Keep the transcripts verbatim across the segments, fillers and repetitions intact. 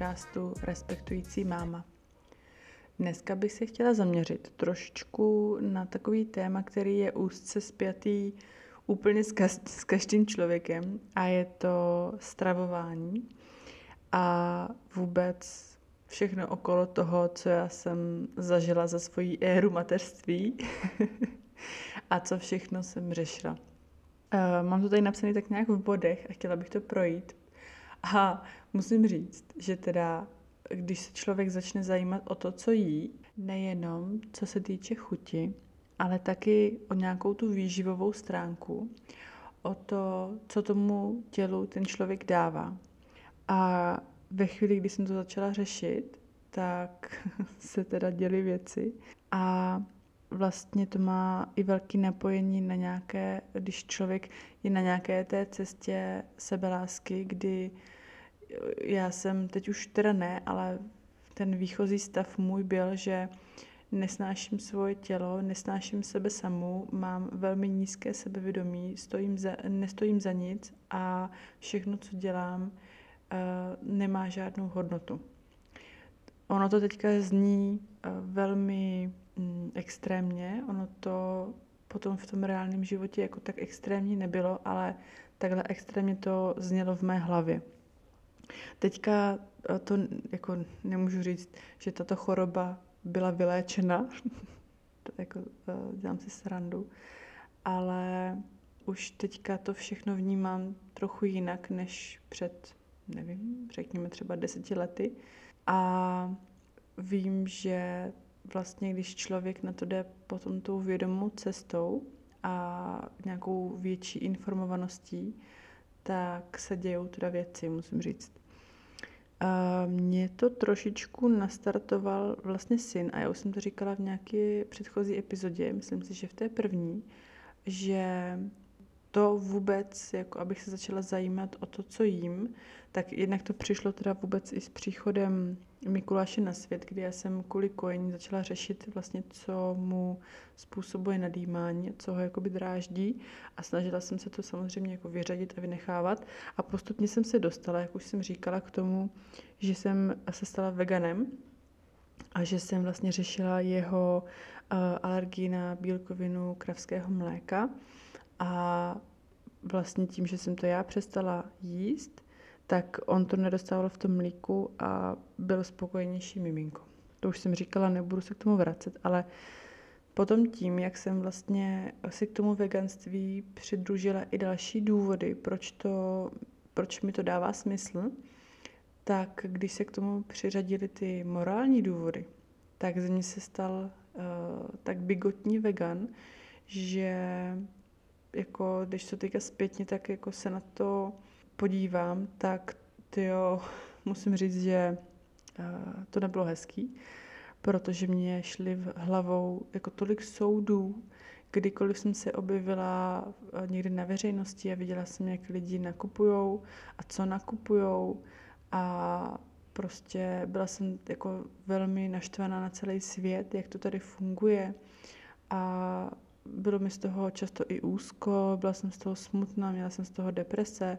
podcastu Respektující máma. Dneska bych se chtěla zaměřit trošičku na takový téma, který je úzce spjatý úplně s, kaž- s každým člověkem, a je to stravování a vůbec všechno okolo toho, co já jsem zažila za svoji éru mateřství a co všechno jsem řešila. Uh, mám to tady napsané tak nějak v bodech a chtěla bych to projít. A musím říct, že teda, když se člověk začne zajímat o to, co jí, nejenom co se týče chuti, ale taky o nějakou tu výživovou stránku, o to, co tomu tělu ten člověk dává. A ve chvíli, kdy jsem to začala řešit, tak se teda děly věci. A vlastně to má i velké napojení na nějaké, když člověk je na nějaké té cestě sebelásky, kdy já jsem, teď už teda ne, ale ten výchozí stav můj byl, že nesnáším svoje tělo, nesnáším sebe samou, mám velmi nízké sebevědomí, stojím za, nestojím za nic a všechno, co dělám, nemá žádnou hodnotu. Ono to teďka zní velmi extrémně, ono to potom v tom reálném životě jako tak extrémně nebylo, ale takhle extrémně to znělo v mé hlavě. Teďka to jako nemůžu říct, že tato choroba byla vyléčena, to jako dělám si srandu, ale už teďka to všechno vnímám trochu jinak než před, nevím, řekněme třeba deseti lety. A vím, že vlastně, když člověk na to jde potom tou vědomou cestou a nějakou větší informovaností, tak se dějou teda věci, musím říct. A mě to trošičku nastartoval vlastně syn, a já už jsem to říkala v nějaké předchozí epizodě, myslím si, že v té první, že to vůbec, jako abych se začala zajímat o to, co jím, tak jednak to přišlo teda vůbec i s příchodem Mikuláše na svět, kdy já jsem kvůli kojení začala řešit vlastně, co mu způsobuje nadýmání, co ho jakoby dráždí, a snažila jsem se to samozřejmě jako vyřadit a vynechávat, a postupně jsem se dostala, jak už jsem říkala, k tomu, že jsem se stala veganem a že jsem vlastně řešila jeho uh, alergii na bílkovinu kravského mléka. A vlastně tím, že jsem to já přestala jíst, tak on to nedostával v tom mlíku a byl spokojenější miminko. To už jsem říkala, nebudu se k tomu vracet, ale potom tím, jak jsem vlastně si k tomu veganství přidružila i další důvody, proč, to, proč mi to dává smysl, tak když se k tomu přiřadily ty morální důvody, tak z ní se stal uh, tak bigotní vegan, že jako, když to teďka zpětně, tak jako se na to podívám, tak tyjo, musím říct, že uh, to nebylo hezký, protože mě šly v hlavou jako tolik soudů, kdykoliv jsem se objevila někdy na veřejnosti a viděla jsem, jak lidi nakupujou a co nakupujou, a prostě byla jsem jako velmi naštvaná na celý svět, jak to tady funguje, a bylo mi z toho často i úzko, byla jsem z toho smutná, měla jsem z toho deprese,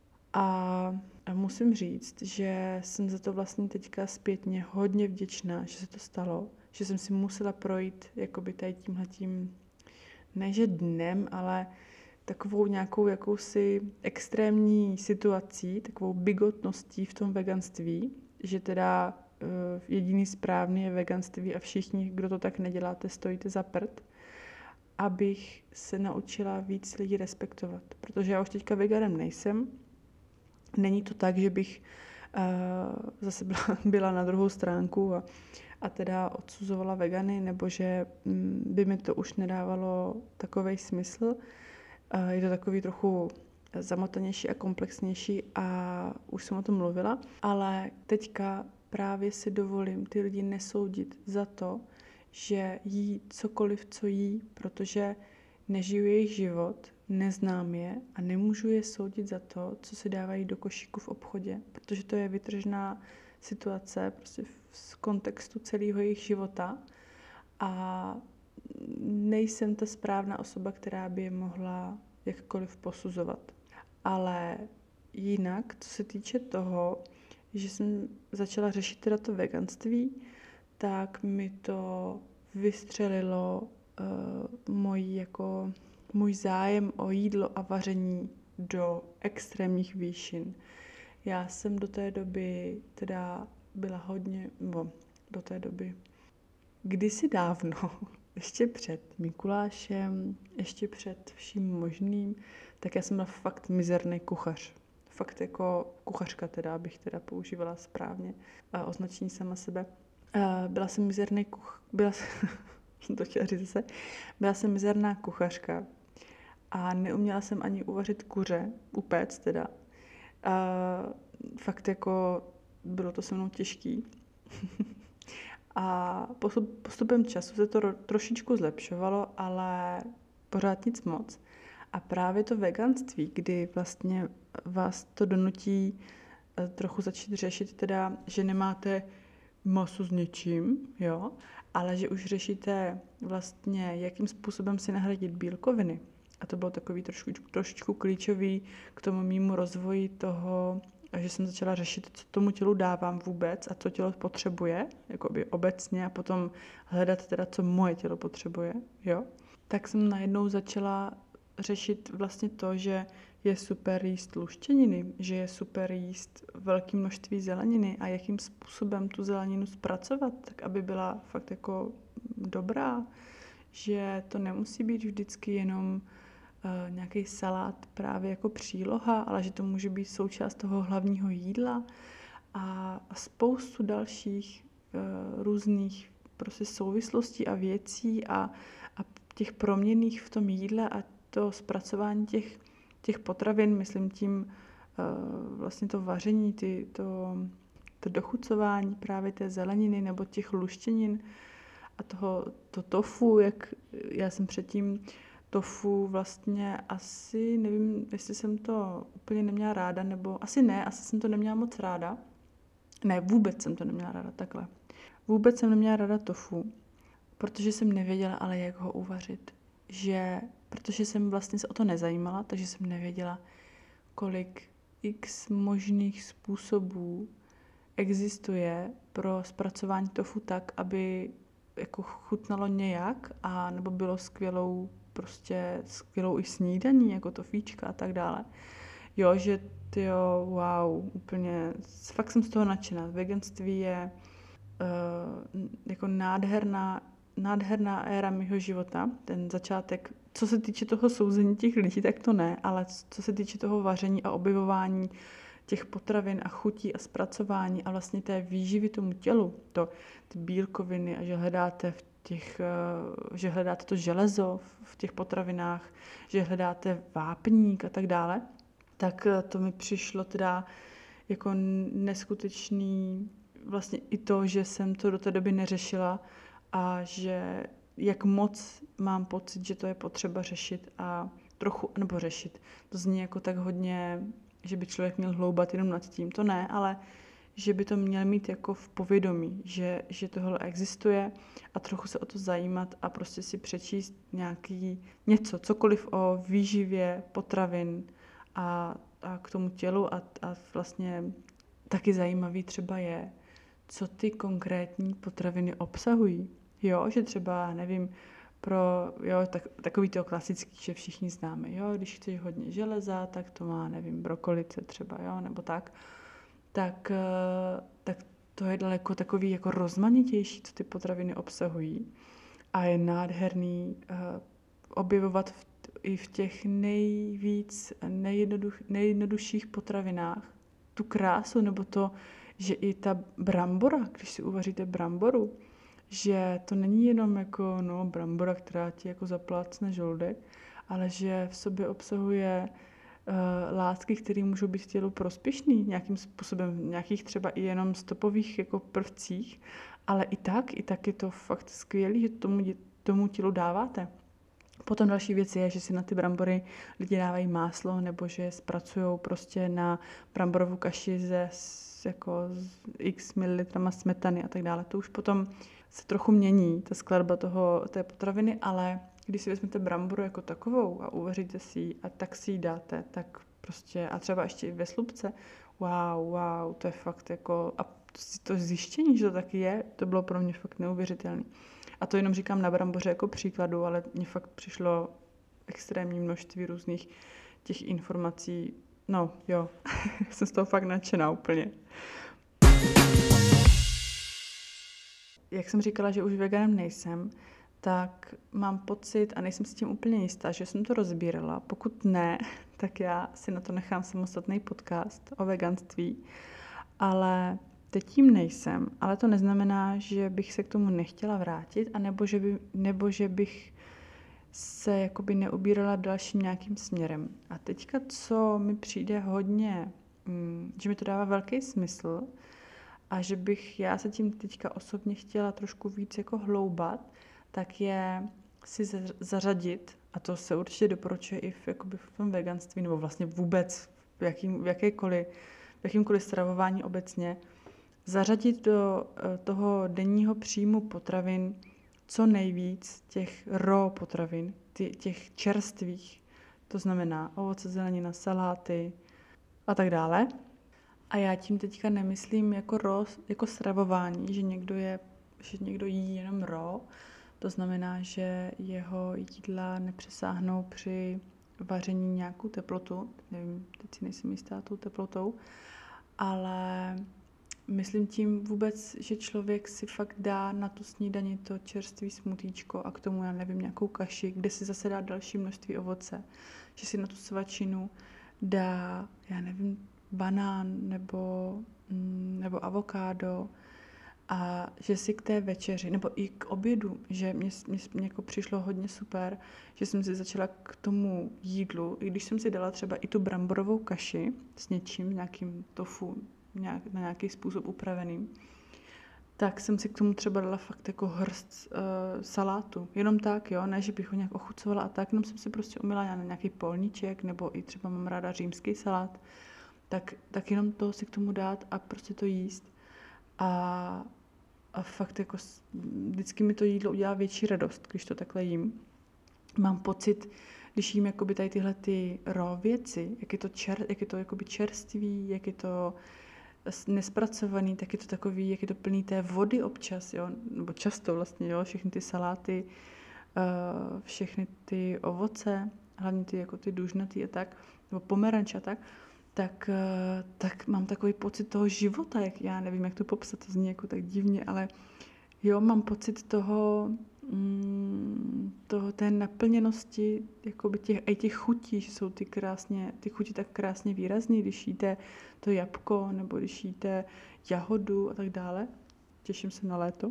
a musím říct, že jsem za to vlastně teďka zpětně hodně vděčná, že se to stalo, že jsem si musela projít jakoby tady tímhletím, ne že dnem, ale takovou nějakou jakousi extrémní situací, takovou bigotností v tom veganství, že teda uh, jediný správný je veganství a všichni, kdo to tak neděláte, stojíte za prd, abych se naučila víc lidí respektovat. Protože já už teďka veganem nejsem. Není to tak, že bych uh, zase byla, byla na druhou stránku a, a teda odsuzovala vegany, nebo že um, by mi to už nedávalo takovej smysl. Uh, je to takový trochu zamotanější a komplexnější a už jsem o tom mluvila, ale teďka právě si dovolím ty lidi nesoudit za to, že jí cokoliv, co jí, protože nežiju jejich život, neznám je a nemůžu je soudit za to, co si dávají do košíku v obchodě, protože to je vytržená situace prostě z kontextu celého jejich života a nejsem ta správná osoba, která by je mohla jakkoliv posuzovat. Ale jinak, co se týče toho, že jsem začala řešit teda to veganství, tak mi to vystřelilo uh, můj, jako, můj zájem o jídlo a vaření do extrémních výšin. Já jsem do té doby teda byla hodně, bo do té doby, kdysi dávno, ještě před Mikulášem, ještě před vším možným, tak já jsem byla fakt mizerný kuchař. Fakt jako kuchařka teda, abych teda používala správně a označení sama sebe. Uh, byla jsem mizerný kuch... Byla jsem to chtěla říct zase. Byla jsem mizerná kuchařka a neuměla jsem ani uvařit kuře, upéct teda. Uh, fakt jako bylo to se mnou těžký. A postup, postupem času se to ro, trošičku zlepšovalo, ale pořád nic moc. A právě to veganství, kdy vlastně vás to donutí trochu začít řešit teda, že nemáte maso s něčím, jo, ale že už řešíte vlastně, jakým způsobem si nahradit bílkoviny. A to bylo takový trošku, trošičku klíčový k tomu mému rozvoji toho, že jsem začala řešit, co tomu tělu dávám vůbec a co tělo potřebuje, jakoby obecně, a potom hledat teda, co moje tělo potřebuje, jo. Tak jsem najednou začala řešit vlastně to, že je super jíst luštěniny, že je super jíst velké množství zeleniny a jakým způsobem tu zeleninu zpracovat, tak aby byla fakt jako dobrá, že to nemusí být vždycky jenom uh, nějaký salát právě jako příloha, ale že to může být součást toho hlavního jídla a, a spoustu dalších uh, různých prostě souvislostí a věcí a, a těch proměnných v tom jídle a to zpracování těch, těch potravin, myslím tím uh, vlastně to vaření, ty, to, to dochucování právě té zeleniny nebo těch luštěnin a toho to tofu, jak já jsem předtím tofu vlastně asi, nevím, jestli jsem to úplně neměla ráda, nebo asi ne, asi jsem to neměla moc ráda. Ne, vůbec jsem to neměla ráda, takhle. Vůbec jsem neměla ráda tofu, protože jsem nevěděla ale, jak ho uvařit. Že, protože jsem vlastně se o to nezajímala, takže jsem nevěděla, kolik x možných způsobů existuje pro zpracování tofu tak, aby jako chutnalo nějak a nebo bylo skvělou prostě skvělou i snídaní, jako tofíčka a tak dále. Jo, že tyjo, wow, úplně, fakt jsem z toho nadšená. Veganství je uh, jako nádherná, nádherná éra mého života. Ten začátek, co se týče toho souzení těch lidí, tak to ne, ale co se týče toho vaření a objevování těch potravin a chutí a zpracování a vlastně té výživy tomu tělu, to, ty bílkoviny a že hledáte v těch, že hledáte to železo v těch potravinách, že hledáte vápník a tak dále, tak to mi přišlo teda jako neskutečný vlastně i to, že jsem to do té doby neřešila a že jak moc mám pocit, že to je potřeba řešit a trochu, nebo řešit. To zní jako tak hodně, že by člověk měl hloubat jenom nad tím. To ne, ale že by to měl mít jako v povědomí, že, že tohle existuje a trochu se o to zajímat a prostě si přečíst nějaký něco, cokoliv o výživě potravin a, a k tomu tělu a, a vlastně taky zajímavý třeba je, co ty konkrétní potraviny obsahují. Jo, že třeba, nevím, pro, jo, tak, takový to klasický, že všichni známe, jo, když chceš hodně železa, tak to má, nevím, brokolice třeba, jo, nebo tak, tak, tak to je daleko takový jako rozmanitější, co ty potraviny obsahují a je nádherný uh, objevovat v, i v těch nejvíc nejjednoduch, nejjednodušších potravinách tu krásu, nebo to, že i ta brambora, když si uvaříte bramboru, že to není jenom jako no, brambora, která ti jako zaplácne žaludek, ale že v sobě obsahuje uh, látky, které můžou být tělu prospěšný nějakým způsobem, v nějakých třeba i jenom stopových jako prvcích, ale i tak, i tak je to fakt skvělý, že tomu, tomu tělu dáváte. Potom další věc je, že si na ty brambory lidi dávají máslo, nebo že je zpracujou prostě na bramborovou kaši ze jako x mililitrama smetany a tak dále. To už potom se trochu mění, ta skladba toho, té potraviny, ale když si vezmete bramboru jako takovou a uvaříte si ji a tak si ji dáte, tak prostě, a třeba ještě i ve slupce, wow, wow, to je fakt jako, a to zjištění, že to taky je, to bylo pro mě fakt neuvěřitelné. A to jenom říkám na bramboře jako příkladu, ale mně fakt přišlo extrémní množství různých těch informací. No, jo, jsem z toho fakt nadšená úplně. Jak jsem říkala, že už veganem nejsem, tak mám pocit, a nejsem si tím úplně jistá, že jsem to rozbírala. Pokud ne, tak já si na to nechám samostatný podcast o veganství. Ale teď tím nejsem, ale to neznamená, že bych se k tomu nechtěla vrátit, anebo že, by, nebo že bych se jakoby neubírala dalším nějakým směrem. A teďka, co mi přijde hodně, že mi to dává velký smysl a že bych já se tím teďka osobně chtěla trošku víc jako hloubat, tak je si zařadit, a to se určitě doporučuje i v, jakoby v tom veganství, nebo vlastně vůbec v, jakým, v, jakékoliv, v jakýmkoliv stravování obecně, zařadit do toho denního příjmu potravin co nejvíc těch raw potravin, těch čerstvých, to znamená ovoce, zelenina, saláty a tak dále. A já tím teďka nemyslím jako raw, jako stravování, že někdo, je, že někdo jí jenom raw, to znamená, že jeho jídla nepřesáhnou při vaření nějakou teplotu, nevím, teď si nejsem jistá tou teplotou, ale myslím tím vůbec, že člověk si fakt dá na tu snídani to čerstvý smutíčko a k tomu, já nevím, nějakou kaši, kde si zase dá další množství ovoce. Že si na tu svačinu dá, já nevím, banán nebo, nebo avokádo a že si k té večeři, nebo i k obědu, že mě, mě, mě jako přišlo hodně super, že jsem si začala k tomu jídlu, i když jsem si dala třeba i tu bramborovou kaši s něčím, nějakým tofu, nějak, na nějaký způsob upraveným, tak jsem si k tomu třeba dala fakt jako hrst uh, salátu. Jenom tak, jo, ne, že bych ho nějak ochucovala a tak, jenom jsem si prostě umila na nějaký polníček, nebo i třeba mám ráda římský salát, tak, tak jenom to si k tomu dát a prostě to jíst. A, a fakt jako vždycky mi to jídlo udělá větší radost, když to takhle jím. Mám pocit, když jím jakoby tady tyhle ty raw věci, jak je to, čer, jak je to jakoby čerstvý, jak je to nespracovaný, tak je to takový, jak je to plný té vody občas, jo, nebo často vlastně, jo, všechny ty saláty, uh, všechny ty ovoce, hlavně ty jako ty dužnatý a tak, nebo pomeranč a tak, tak, uh, tak mám takový pocit toho života, jak já nevím, jak to popsat, to zní jako tak divně, ale jo, mám pocit toho, mm, toho té naplněnosti, jakoby těch, i těch chutí, že jsou ty krásně, ty chuti tak krásně výrazný, když jíte to jabko, nebo když jíte jahodu a tak dále. Těším se na léto.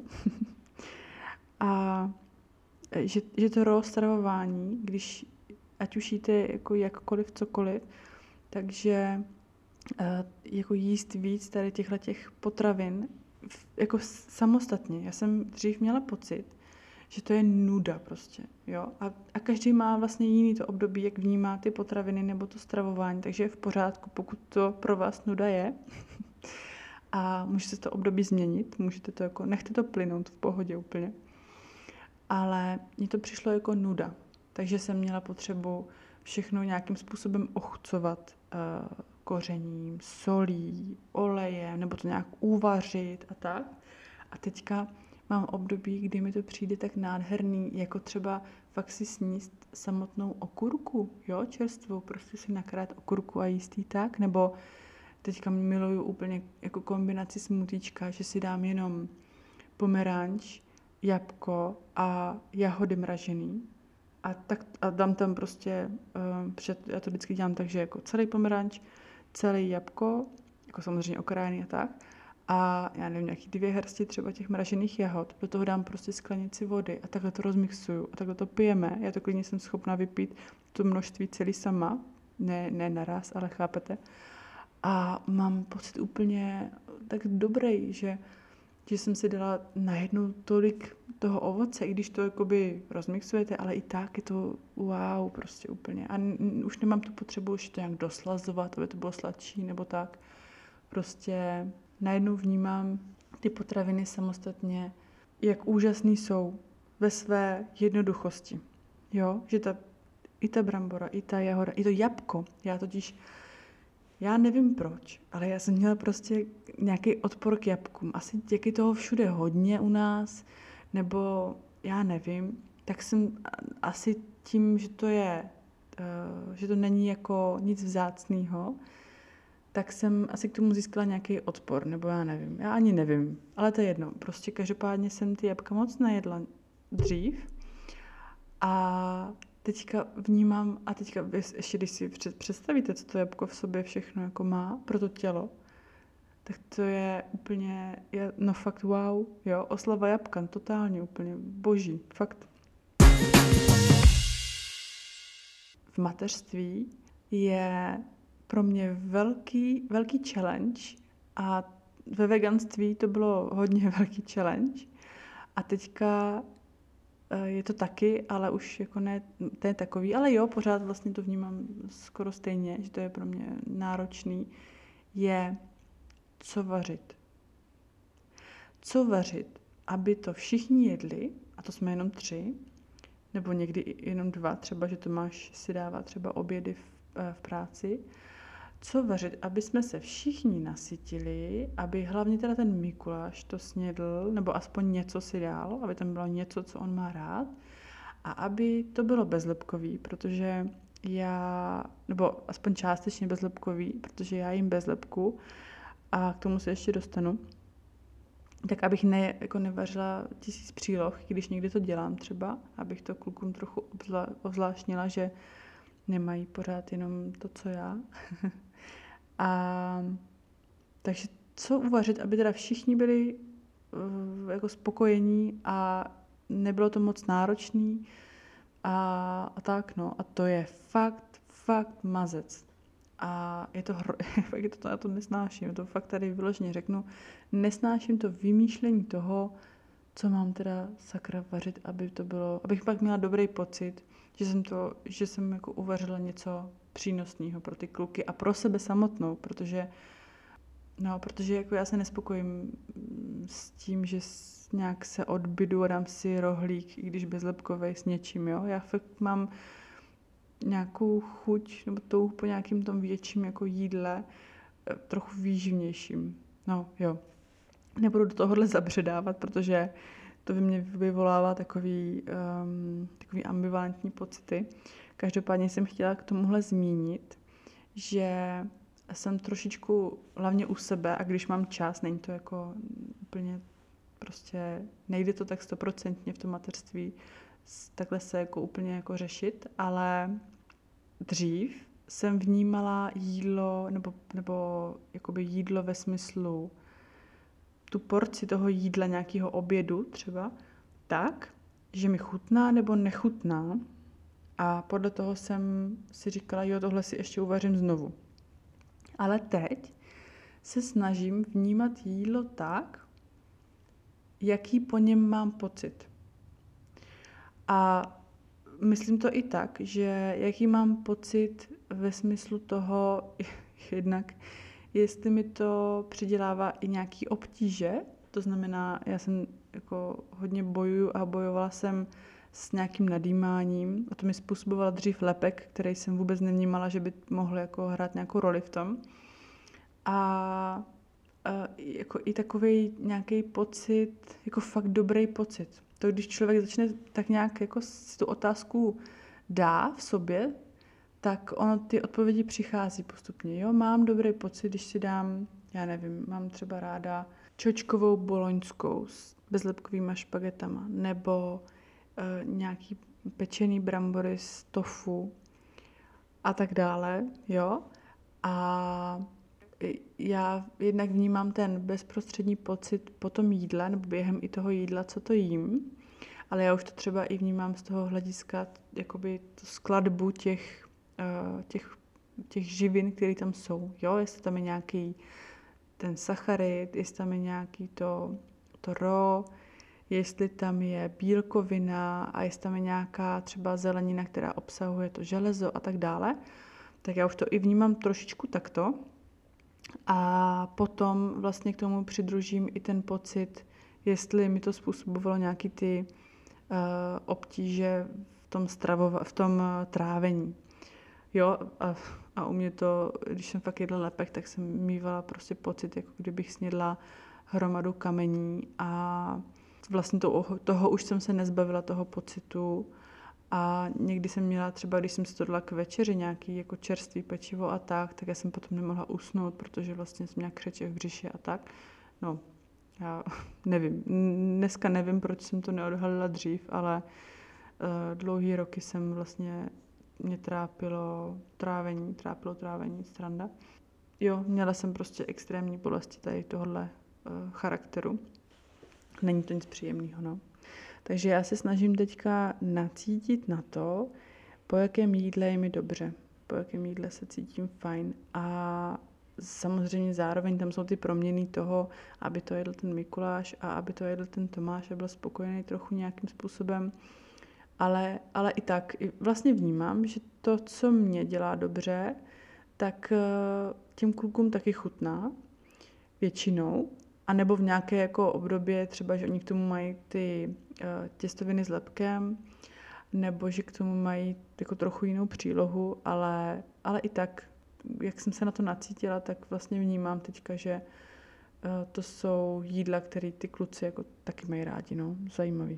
A že, že to raw stravování, když ať už jíte jako jakkoliv, cokoliv, takže uh, jako jíst víc tady těchto těch potravin jako samostatně. Já jsem dřív měla pocit, že to je nuda prostě, jo. A, a každý má vlastně jiný to období, jak vnímá ty potraviny nebo to stravování, takže je v pořádku, pokud to pro vás nuda je. A může se to období změnit, můžete to jako, nechte to plynout v pohodě úplně. Ale mně to přišlo jako nuda, takže jsem měla potřebu všechno nějakým způsobem ochucovat, uh, kořením, solí, olejem, nebo to nějak uvařit a tak. A teďka mám období, kdy mi to přijde tak nádherný, jako třeba fakt si sníst samotnou okurku, jo, čerstvou, prostě si nakrát okurku a jíst jí tak, nebo teďka miluju úplně jako kombinaci smutíčka, že si dám jenom pomeranč, jabko a jahody mražený a, tak, a dám tam prostě, um, před, já to vždycky dělám tak, že jako celý pomeranč, celý jabko, jako samozřejmě okrájený a tak, a já nevím, nějaký dvě hrsti třeba těch mražených jahod, do toho dám prostě sklenici vody a takhle to rozmixuju a takhle to pijeme. Já to klidně jsem schopná vypít to množství celý sama, ne, ne naraz, ale chápete. A mám pocit úplně tak dobrý, že, že jsem si dala najednou tolik toho ovoce, i když to jakoby rozmixujete, ale i tak je to wow, prostě úplně. A n- už nemám tu potřebu už to nějak doslazovat, aby to bylo sladší nebo tak. Prostě najednou vnímám ty potraviny samostatně, jak úžasný jsou ve své jednoduchosti. Jo, že ta, i ta brambora, i ta jahoda, i to jabko. Já totiž, Já nevím proč, ale já jsem měla prostě nějaký odpor k jabkům. Asi díky toho všude hodně u nás, nebo já nevím, tak jsem asi tím, že to je, uh, že to není jako nic vzácného, tak jsem asi k tomu získala nějaký odpor, nebo já nevím. Já ani nevím, ale to je jedno. Prostě každopádně jsem ty jabka moc nejedla dřív a teďka vnímám, a teďka ještě když si představíte, co to jabko v sobě všechno jako má pro to tělo, tak to je úplně, je, no fakt wow, jo, oslava jabka, totálně úplně boží, fakt. V mateřství je pro mě velký, velký challenge a ve veganství to bylo hodně velký challenge a teďka je to taky, ale už jako ne, to je takový, ale jo, pořád vlastně to vnímám skoro stejně, že to je pro mě náročný, je co vařit. Co vařit, aby to všichni jedli, a to jsme jenom tři, nebo někdy jenom dva, třeba, že Tomáš si dává třeba obědy v, v práci. Co vařit, aby jsme se všichni nasytili, aby hlavně teda ten Mikuláš to snědl, nebo aspoň něco si dal, aby tam bylo něco, co on má rád, a aby to bylo bezlepkový, protože já, nebo aspoň částečně bezlepkový, protože já jim bez lepku a k tomu se ještě dostanu, tak abych ne, jako nevařila tisíc příloh, když někdy to dělám třeba, abych to klukům trochu obzvla, obzvláštnila, že nemají pořád jenom to, co já. A takže co uvařit, aby teda všichni byli uh, jako spokojení a nebylo to moc náročný a, a tak no. A to je fakt, fakt mazec. A je to, je to, já to nesnáším, to fakt tady vyloženě řeknu, nesnáším to vymýšlení toho, co mám teda sakra vařit, aby to bylo, abych pak měla dobrý pocit, že jsem to, že jsem jako uvařila něco přínosného pro ty kluky a pro sebe samotnou, protože no, protože jako já se nespokojím s tím, že nějak se odbydu a dám si rohlík, i když bezlepkovej s něčím, jo. Já fakt mám nějakou chuť nebo touhu po nějakým tom větším jako jídle, trochu výživnějším. No, jo. Nebudu do tohohle zabředávat, protože to by mě vyvolává takový, um, takový ambivalentní pocity. Každopádně jsem chtěla k tomuhle zmínit, že jsem trošičku hlavně u sebe a když mám čas, není to jako úplně prostě, nejde to tak stoprocentně v tom mateřství takhle se jako úplně jako řešit, ale dřív jsem vnímala jídlo nebo, nebo jakoby jídlo ve smyslu tu porci toho jídla, nějakého obědu třeba, tak, že mi chutná nebo nechutná. A podle toho jsem si říkala, jo, tohle si ještě uvařím znovu. Ale teď se snažím vnímat jídlo tak, jaký po něm mám pocit. A myslím to i tak, že jaký mám pocit ve smyslu toho, jednak, jestli mi to přidělává i nějaký obtíže, to znamená, já jsem jako hodně bojuju a bojovala jsem s nějakým nadýmáním a to mi způsoboval dřív lepek, který jsem vůbec nevnímala, že by mohl jako hrát nějakou roli v tom. A, a jako i takový nějaký pocit, jako fakt dobrý pocit. To, když člověk začne tak nějak jako si tu otázku dá v sobě, tak ono ty odpovědi přichází postupně. Jo, mám dobrý pocit, když si dám, já nevím, mám třeba ráda čočkovou boloňskou s bezlepkovýma špagetama, nebo e, nějaký pečený brambory z tofu a tak dále, jo. A já jednak vnímám ten bezprostřední pocit po tom jídle, nebo během i toho jídla, co to jím, ale já už to třeba i vnímám z toho hlediska, jakoby tu skladbu těch, těch, těch živin, které tam jsou, jo, jestli tam je nějaký ten sacharid, jestli tam je nějaký to, to ro, jestli tam je bílkovina a jestli tam je nějaká třeba zelenina, která obsahuje to železo a tak dále, tak já už to i vnímám trošičku takto. A potom vlastně k tomu přidružím i ten pocit, jestli mi to způsobovalo nějaký ty uh, obtíže v tom, stravova- v tom uh, trávení. Jo, a, a u mě to, když jsem fakt jedla lepek, tak jsem mývala prostě pocit, jako kdybych snědla hromadu kamení a vlastně to, toho už jsem se nezbavila, toho pocitu. A někdy jsem měla třeba, když jsem si to dala k večeři, nějaký jako čerstvý pečivo a tak, tak já jsem potom nemohla usnout, protože vlastně jsem měla křeče v břiše a tak. No, já nevím. Dneska nevím, proč jsem to neodhalila dřív, ale uh, dlouhý roky jsem vlastně, mě trápilo trávení, trápilo trávení stranda. Jo, měla jsem prostě extrémní bolesti tady tohohle uh, charakteru. Není to nic příjemného, no. Takže já se snažím teďka nacítit na to, po jakém jídle je mi dobře, po jakém jídle se cítím fajn a samozřejmě zároveň tam jsou ty proměny toho, aby to jedl ten Mikuláš a aby to jedl ten Tomáš a byl spokojený trochu nějakým způsobem, ale, ale i tak vlastně vnímám, že to, co mě dělá dobře, tak těm klukům taky chutná většinou. A nebo v nějaké jako období, třeba, že oni k tomu mají ty uh, těstoviny s lepkem, nebo že k tomu mají jako trochu jinou přílohu, ale, ale i tak, jak jsem se na to nacítila, tak vlastně vnímám teďka, že uh, to jsou jídla, které ty kluci jako taky mají rádi, no, zajímavý.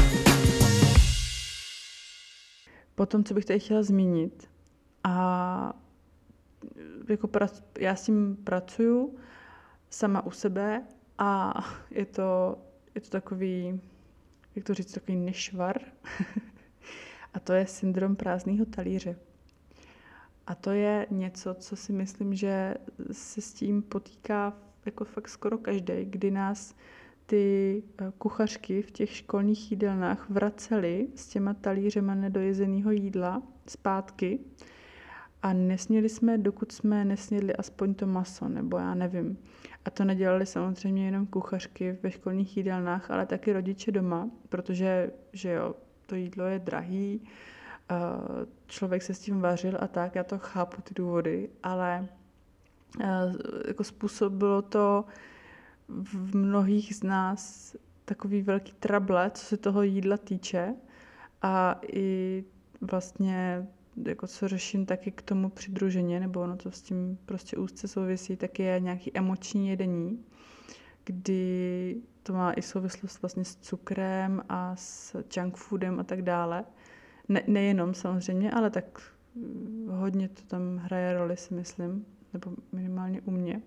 Potom, co bych tady chtěla zmínit, a jako prac, já s tím pracuju sama u sebe a je to, je to takový, jak to říct, takový nešvar. A to je syndrom prázdného talíře. A to je něco, co si myslím, že se s tím potýká jako fakt skoro každý, kdy nás ty kuchařky v těch školních jídelnách vracely s těma talířema nedojezeného jídla zpátky a nesměli jsme, dokud jsme nesnědli aspoň to maso, nebo já nevím. A to nedělali samozřejmě jenom kuchařky ve školních jídelnách, ale taky rodiče doma, protože že jo, to jídlo je drahý, člověk se s tím vařil a tak, já to chápu, ty důvody, ale jako způsobilo to v mnohých z nás takový velký trable, co se toho jídla týče a i vlastně jako co řeším taky k tomu přidruženě, nebo ono to s tím prostě úzce souvisí, tak je nějaký emoční jedení, kdy to má i souvislost vlastně s cukrem a s junk foodem a tak dále. Ne, nejenom samozřejmě, ale tak hodně to tam hraje roli, si myslím, nebo minimálně u mě.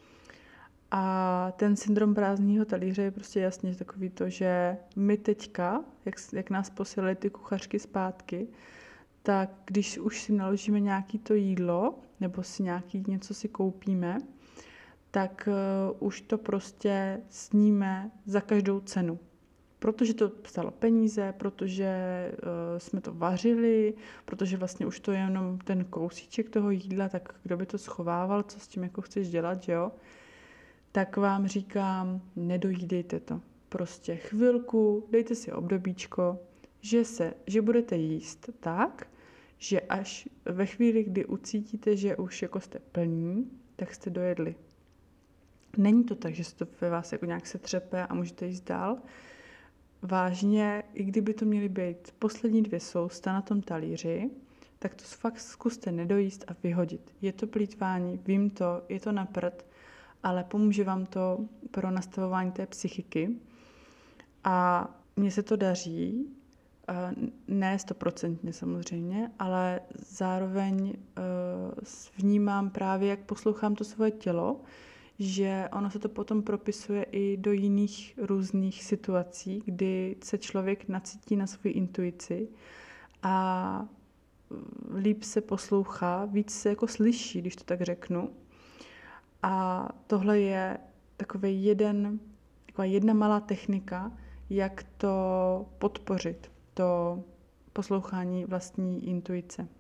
A ten syndrom prázdného talíře je prostě jasně takový to, že my teďka, jak, jak nás posílají ty kuchařky zpátky, tak když už si naložíme nějaké to jídlo, nebo si nějaký něco si koupíme, tak uh, už to prostě sníme za každou cenu. Protože to stálo peníze, protože uh, jsme to vařili, protože vlastně už to je jenom ten kousíček toho jídla, tak kdo by to schovával, co s tím jako chceš dělat, že jo? Tak vám říkám, nedojídejte to. Prostě chvilku, dejte si obdobíčko, že, se, že budete jíst tak, že až ve chvíli, kdy ucítíte, že už jako jste plní, tak jste dojedli. Není to tak, že se to ve vás jako nějak se třepe a můžete jíst dál. Vážně, i kdyby to měly být poslední dvě sousta na tom talíři, tak to fakt zkuste nedojíst a vyhodit. Je to plýtvání, vím to, je to na prd, ale pomůže vám to pro nastavování té psychiky. A mně se to daří, ne stoprocentně samozřejmě, ale zároveň vnímám právě, jak poslouchám to svoje tělo, že ono se to potom propisuje i do jiných různých situací, kdy se člověk nacítí na svou intuici a líp se poslouchá, víc se jako slyší, když to tak řeknu. A tohle je takový jeden, taková jedna malá technika, jak to podpořit, to poslouchání vlastní intuice.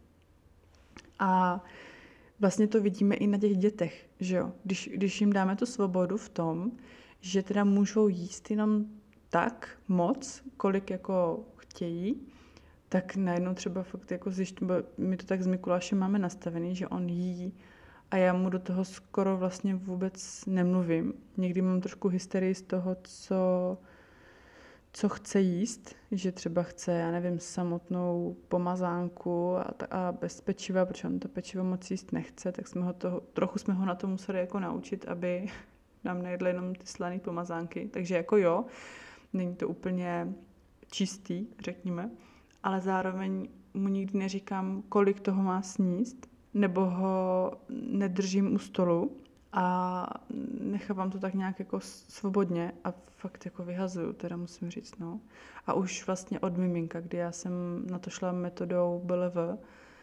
A vlastně to vidíme i na těch dětech, že jo? Když, když jim dáme tu svobodu v tom, že teda můžou jíst jenom tak moc, kolik jako chtějí, tak najednou třeba fakt jako zjišť, my to tak s Mikulášem máme nastavený, že on jí a já mu do toho skoro vlastně vůbec nemluvím. Někdy mám trošku hysterii z toho, co, co chce jíst, že třeba chce, já nevím, samotnou pomazánku a, a bez pečiva, protože on to pečivo moc jíst nechce, tak jsme ho to, trochu jsme ho na to museli jako naučit, aby nám nejedl jenom ty slané pomazánky. Takže jako jo, není to úplně čistý, řekněme, ale zároveň mu nikdy neříkám, kolik toho má sníst, nebo ho nedržím u stolu a nechávám to tak nějak jako svobodně a fakt jako vyhazuju, teda musím říct, no. A už vlastně od miminka, kdy já jsem na to šla metodou B L V,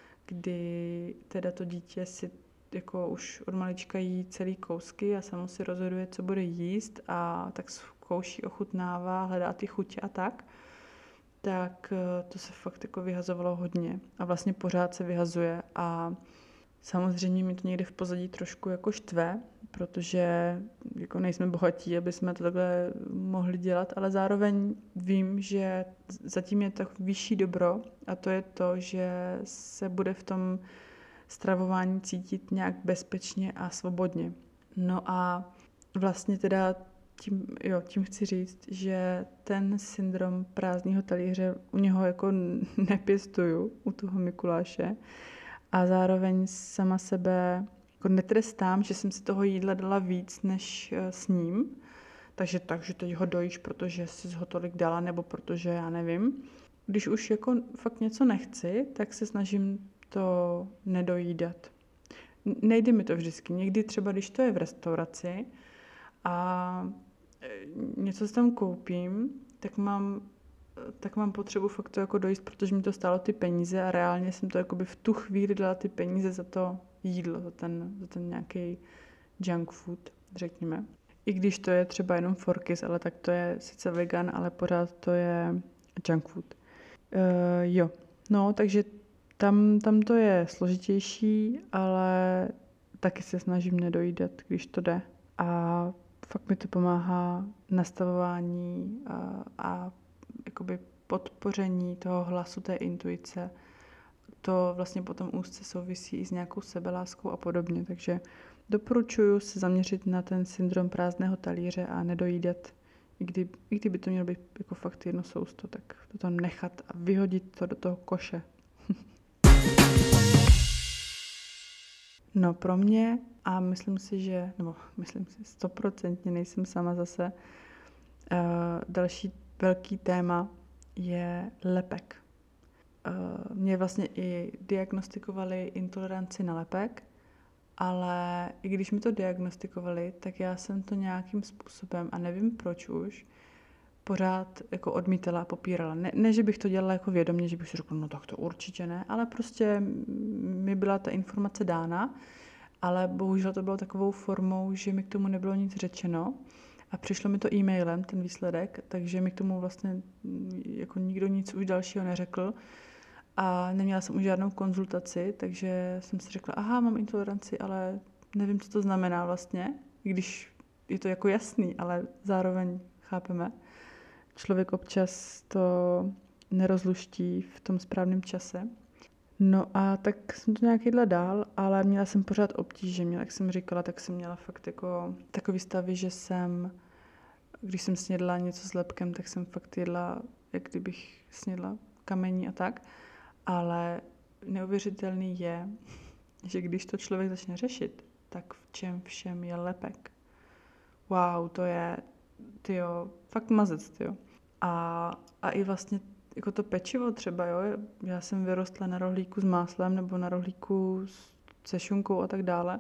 kdy teda to dítě si jako už od malička jí celý kousky a samo si rozhoduje, co bude jíst a tak zkouší, ochutnává, hledá ty chutě a tak, tak to se fakt jako vyhazovalo hodně a vlastně pořád se vyhazuje a samozřejmě mi to někde v pozadí trošku jako štve, protože jako nejsme bohatí, aby jsme to takhle mohli dělat, ale zároveň vím, že zatím je tak vyšší dobro a to je to, že se bude v tom stravování cítit nějak bezpečně a svobodně. No a vlastně teda tím, jo, tím chci říct, že ten syndrom prázdného talíře u něho jako nepěstuju, u toho Mikuláše, a zároveň sama sebe jako netrestám, že jsem si toho jídla dala víc než s ním. Takže tak, že teď ho dojíš, protože jsi ho tolik dala, nebo protože já nevím. Když už jako fakt něco nechci, tak se snažím to nedojídat. Nejde mi to vždycky. Někdy třeba, když to je v restauraci a něco si tam koupím, tak mám tak mám potřebu fakt to jako dojíst, protože mi to stálo ty peníze a reálně jsem to jakoby v tu chvíli dala ty peníze za to jídlo, za ten, za ten nějaký junk food, řekněme. I když to je třeba jenom forkys, ale tak to je sice vegan, ale pořád to je junk food. Uh, jo, no, takže tam, tam to je složitější, ale taky se snažím nedojídat, když to jde. A fakt mi to pomáhá nastavování a, a jakoby podpoření toho hlasu té intuice. To vlastně potom úzce souvisí i s nějakou sebeláskou a podobně. Takže doporučuji se zaměřit na ten syndrom prázdného talíře a nedojídat, i, kdy, i kdyby to mělo být jako fakt jedno sousto, tak to tam nechat a vyhodit to do toho koše. No pro mě, a myslím si, že, nebo myslím si, stoprocentně nejsem sama zase, uh, další velký téma je lepek. Uh, mě vlastně i diagnostikovali intoleranci na lepek, ale i když mi to diagnostikovali, tak já jsem to nějakým způsobem, a nevím proč už, pořád jako odmítala a popírala. Ne, ne, že bych to dělala jako vědomě, že bych si řekla, no tak to určitě ne, ale prostě mi byla ta informace dána, ale bohužel to bylo takovou formou, že mi k tomu nebylo nic řečeno a přišlo mi to e-mailem, ten výsledek, takže mi k tomu vlastně jako nikdo nic už dalšího neřekl a neměla jsem už žádnou konzultaci, takže jsem si řekla, aha, mám intoleranci, ale nevím, co to znamená vlastně, když je to jako jasný, ale zároveň chápeme. Člověk občas to nerozluští v tom správném čase. No a tak jsem to nějak jedla dál, ale měla jsem pořád obtíže. Měla, jak jsem říkala, tak jsem měla fakt jako takový stavy, že jsem, když jsem snědla něco s lepkem, tak jsem fakt jedla, jak kdybych snědla kamení a tak. Ale neuvěřitelný je, že když to člověk začne řešit, tak v čem všem je lepek. Wow, to je, tyjo, fakt mazec, tyjo. A, a i vlastně jako to pečivo třeba, jo, já jsem vyrostla na rohlíku s máslem nebo na rohlíku se šunkou a tak dále,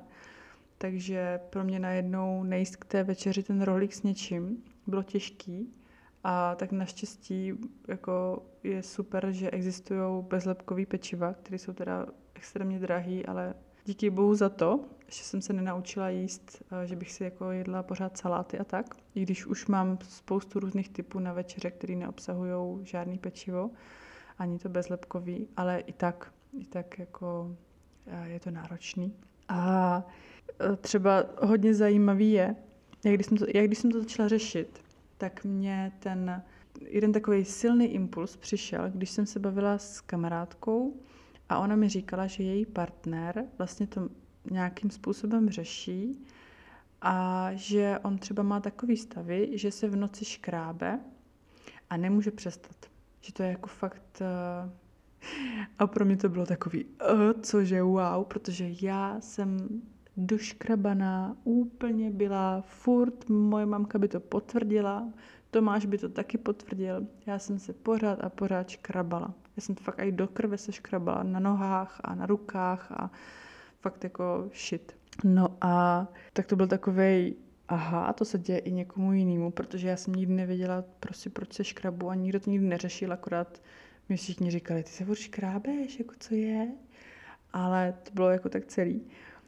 takže pro mě najednou nejíst k té večeři ten rohlík s něčím bylo těžký a tak naštěstí jako je super, že existují bezlepkový pečiva, které jsou teda extrémně drahý, ale díky bohu za to, že jsem se nenaučila jíst, že bych si jako jedla pořád saláty a tak. I když už mám spoustu různých typů na večeře, které neobsahují žádný pečivo, ani to bezlepkový, ale i tak, i tak jako je to náročný. A třeba hodně zajímavý je, jak když jsem to, jak když jsem to začala řešit, tak mě ten jeden takový silný impuls přišel, když jsem se bavila s kamarádkou a ona mi říkala, že její partner vlastně to nějakým způsobem řeší a že on třeba má takový stavy, že se v noci škrábe a nemůže přestat. Že to je jako fakt... Uh... A pro mě to bylo takový, uh, cože wow, protože já jsem doškrabaná, úplně byla, furt moje mamka by to potvrdila, Tomáš by to taky potvrdil, já jsem se pořád a pořád škrabala. Já jsem fakt i do krve se škrabala na nohách a na rukách a fakt jako shit. No a tak to byl takovej, aha, to se děje i někomu jinému, protože já jsem nikdy nevěděla prostě, proč se škrabu a nikdo to nikdy neřešil, akorát mi všichni říkali, ty se furt škrábeš, jako co je? Ale to bylo jako tak celý.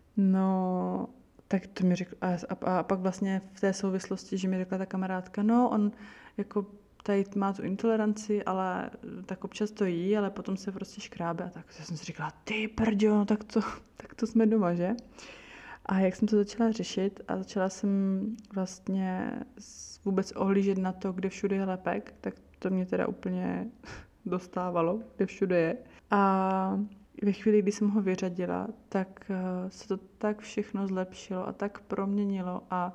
No, tak to mi řekl, a, a, a pak vlastně v té souvislosti, že mi řekla ta kamarádka, no, on jako tady má tu intoleranci, ale tak občas to jí, ale potom se prostě škrábe a tak. Já jsem si říkala, ty prďo, no tak to, tak to jsme doma, že? A jak jsem to začala řešit a začala jsem vlastně vůbec ohlížet na to, kde všude je lepek, tak to mě teda úplně dostávalo, kde všude je. A ve chvíli, kdy jsem ho vyřadila, tak se to tak všechno zlepšilo a tak proměnilo a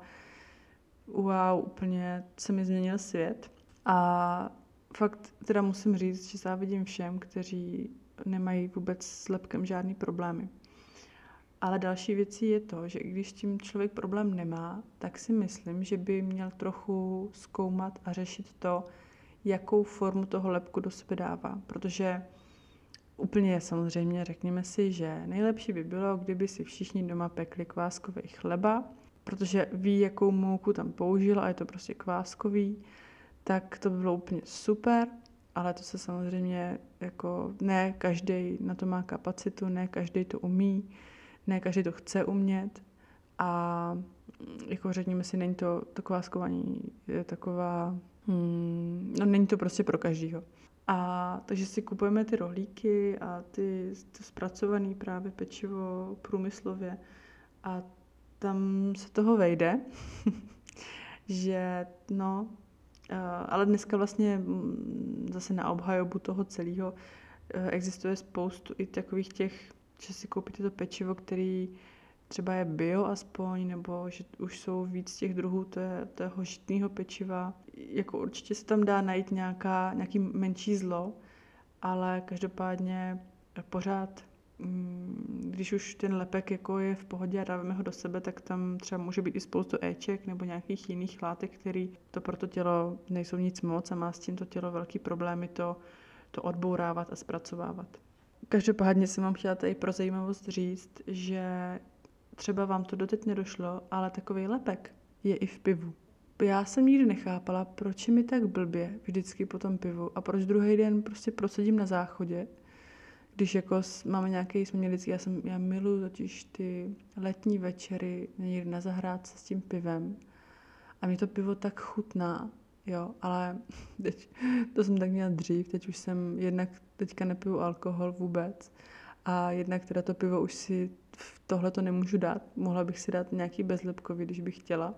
wow, úplně se mi změnil svět. A fakt teda musím říct, že závidím všem, kteří nemají vůbec s lepkem žádný problémy. Ale další věcí je to, že i když s tím člověk problém nemá, tak si myslím, že by měl trochu zkoumat a řešit to, jakou formu toho lepku do sebe dává. Protože úplně samozřejmě řekněme si, že nejlepší by bylo, kdyby si všichni doma pekli kváskový chleba, protože ví, jakou mouku tam použil a je to prostě kváskový, tak to by bylo úplně super, ale to se samozřejmě jako ne každý na to má kapacitu, ne každý to umí, ne každý to chce umět a jako řekněme si, není to, to kváskování je taková, hmm, no není to prostě pro každýho. A takže si kupujeme ty rohlíky a ty to zpracované právě pečivo průmyslově a tam se toho vejde, že no, ale dneska vlastně zase na obhajobu toho celého existuje spoustu i takových těch, že si koupíte to pečivo, který třeba je bio aspoň, nebo že už jsou víc těch druhů toho žitného pečiva. Jako určitě se tam dá najít nějaká, nějaký menší zlo, ale každopádně pořád, když už ten lepek jako je v pohodě a dáváme ho do sebe, tak tam třeba může být i spoustu éček nebo nějakých jiných látek, které to pro to tělo nejsou nic moc a má s tím to tělo velký problémy to, to odbourávat a zpracovávat. Každopádně jsem vám chtěla tady pro zajímavost říct, že třeba vám to doteď nedošlo, ale takový lepek je i v pivu. Já jsem nikdy nechápala, proč je mi tak blbě vždycky po tom pivu a proč druhý den prostě prosedím na záchodě, když jako máme nějaký, jsme měli vždycky, já, jsem, já miluji totiž ty letní večery někdy na zahrádce s tím pivem a mě to pivo tak chutná, jo, ale teď, to jsem tak měla dřív, teď už jsem jednak teďka nepiju alkohol vůbec a jednak teda to pivo už si tohle to nemůžu dát, mohla bych si dát nějaký bezlepkový, když bych chtěla,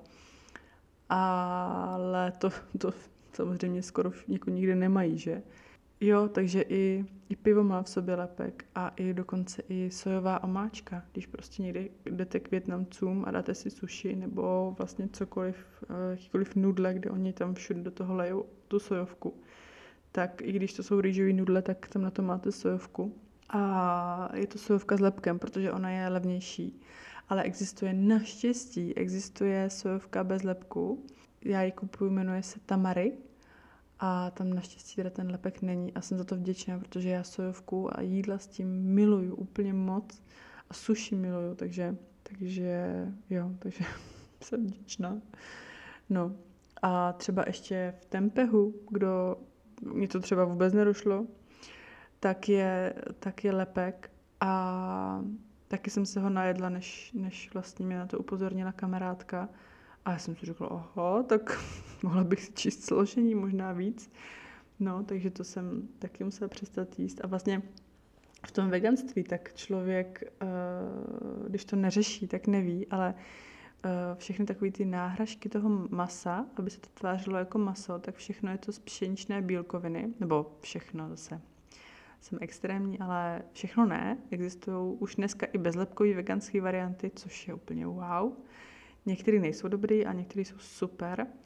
ale to, to samozřejmě skoro jako nikdy nemají, že? Jo, takže i, i pivo má v sobě lepek a i dokonce i sojová omáčka, když prostě někde jdete k Vietnamcům a dáte si sushi nebo vlastně cokoliv, jakýkoliv nudle, kde oni tam všude do toho lejou tu sojovku, tak i když to jsou rýžový nudle, tak tam na to máte sojovku a je to sojovka s lepkem, protože ona je levnější, ale existuje naštěstí, existuje sojovka bez lepku, já ji kupuju, jmenuje se Tamari, a tam naštěstí teda ten lepek není a jsem za to vděčná, protože já sojovku a jídla s tím miluju úplně moc a sushi miluju, takže, takže jo, takže jsem vděčná. No a třeba ještě v Tempehu, kdo mi to třeba vůbec nedošlo, tak je, tak je lepek a taky jsem se ho najedla, než, než vlastně mě na to upozornila kamarádka. A já jsem si řekla, oho, tak mohla bych si číst složení, možná víc. No, takže to jsem taky musela přestat jíst. A vlastně v tom veganství tak člověk, když to neřeší, tak neví, ale všechny takové ty náhražky toho masa, aby se to tvářilo jako maso, tak všechno je to z pšeničné bílkoviny, nebo všechno zase. Jsem extrémní, ale všechno ne. Existují už dneska i bezlepkové veganské varianty, což je úplně wow. Některé nejsou dobrý a některé jsou super.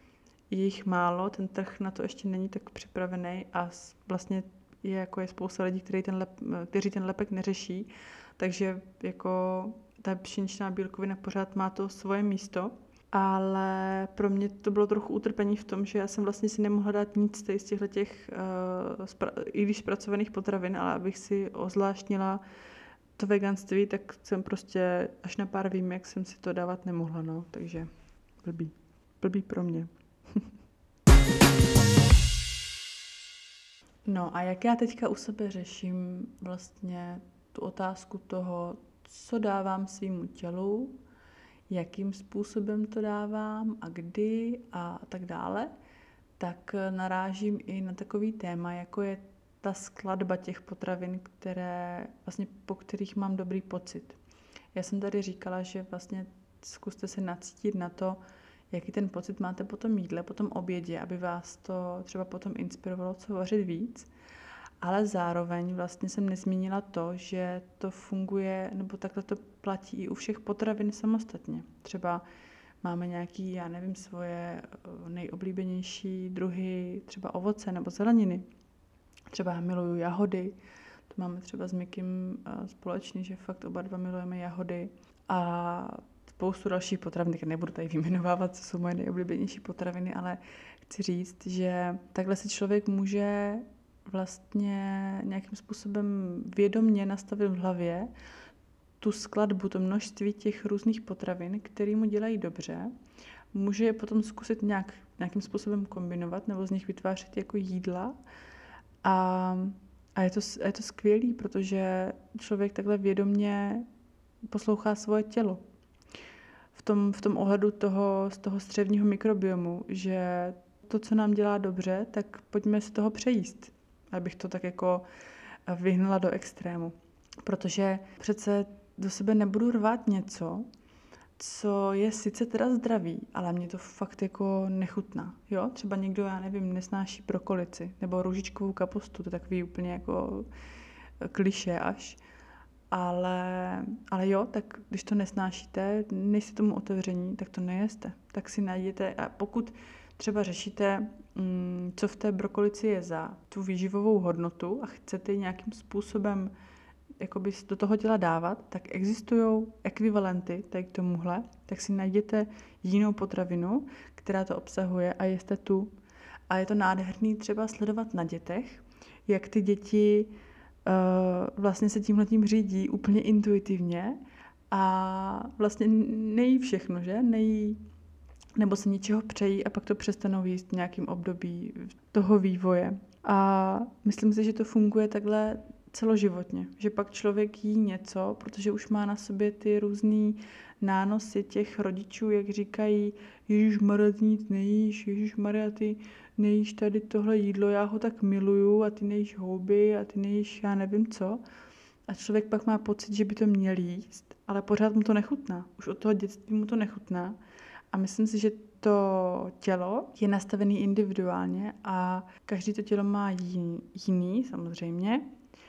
je jich málo, ten trh na to ještě není tak připravený a vlastně je jako je spousta lidí, kteří ten, lep, kteří ten lepek neřeší, takže jako ta pšeničná bílkovina pořád má to svoje místo, ale pro mě to bylo trochu utrpení v tom, že já jsem vlastně si nemohla dát nic z těchto těch, uh, spra- i když zpracovaných potravin, ale abych si ozvláštnila to veganství, tak jsem prostě až na pár výjimek jsem si to dávat nemohla, no, takže blbý. Blbý pro mě. No a jak já teďka u sebe řeším vlastně tu otázku toho, co dávám svýmu tělu, jakým způsobem to dávám a kdy a tak dále, tak narážím i na takový téma, jako je ta skladba těch potravin, které, vlastně, po kterých mám dobrý pocit. Já jsem tady říkala, že vlastně zkuste se nacítit na to, jaký ten pocit máte po tom jídle, po tom obědě, aby vás to třeba potom inspirovalo, co vařit víc. Ale zároveň vlastně jsem nezmínila to, že to funguje, nebo takhle to platí i u všech potravin samostatně. Třeba máme nějaký, já nevím, svoje nejoblíbenější druhy, třeba ovoce nebo zeleniny. Třeba já miluju jahody, to máme třeba s Mikým společně, že fakt oba dva milujeme jahody a spoustu dalších potravin, tak nebudu tady vyjmenovávat, co jsou moje nejoblíbenější potraviny, ale chci říct, že takhle si člověk může vlastně nějakým způsobem vědomně nastavit v hlavě tu skladbu, to množství těch různých potravin, které mu dělají dobře. Může je potom zkusit nějak, nějakým způsobem kombinovat nebo z nich vytvářet jako jídla. A, a je to, je to skvělý, protože člověk takhle vědomně poslouchá svoje tělo. V tom, v tom ohledu toho, z toho střevního mikrobiomu, že to, co nám dělá dobře, tak pojďme se toho přejíst. Abych to tak jako vyhnula do extrému. Protože přece do sebe nebudu rvát něco, co je sice teda zdravý, ale mě to fakt jako nechutná. Jo? Třeba někdo, já nevím, nesnáší brokolici nebo růžičkovou kapustu, to je takový úplně jako klišé až. Ale, ale jo, tak když to nesnášíte, nejste tomu otevření, tak to nejeste. Tak si najděte, a pokud třeba řešíte, co v té brokolici je za tu výživovou hodnotu a chcete ji nějakým způsobem jakoby do toho těla dávat, tak existují ekvivalenty tady k tomuhle, tak si najděte jinou potravinu, která to obsahuje a jeste tu. A je to nádherný třeba sledovat na dětech, jak ty děti uh, vlastně se tímhletím řídí úplně intuitivně a vlastně nejí všechno, že? Nejí, nebo se něčeho přejí a pak to přestanou jíst v nějakém období toho vývoje. A myslím si, že to funguje takhle celoživotně, že pak člověk jí něco, protože už má na sobě ty různý nánosy těch rodičů, jak říkají, Ježišmarja, ty nic nejíš, Ježišmarja, ty nejíš tady tohle jídlo, já ho tak miluju a ty nejíš houby a ty nejíš já nevím co. A člověk pak má pocit, že by to měl jíst, ale pořád mu to nechutná. Už od toho dětství mu to nechutná. A myslím si, že to tělo je nastavené individuálně a každý to tělo má jiný, jiný samozřejmě.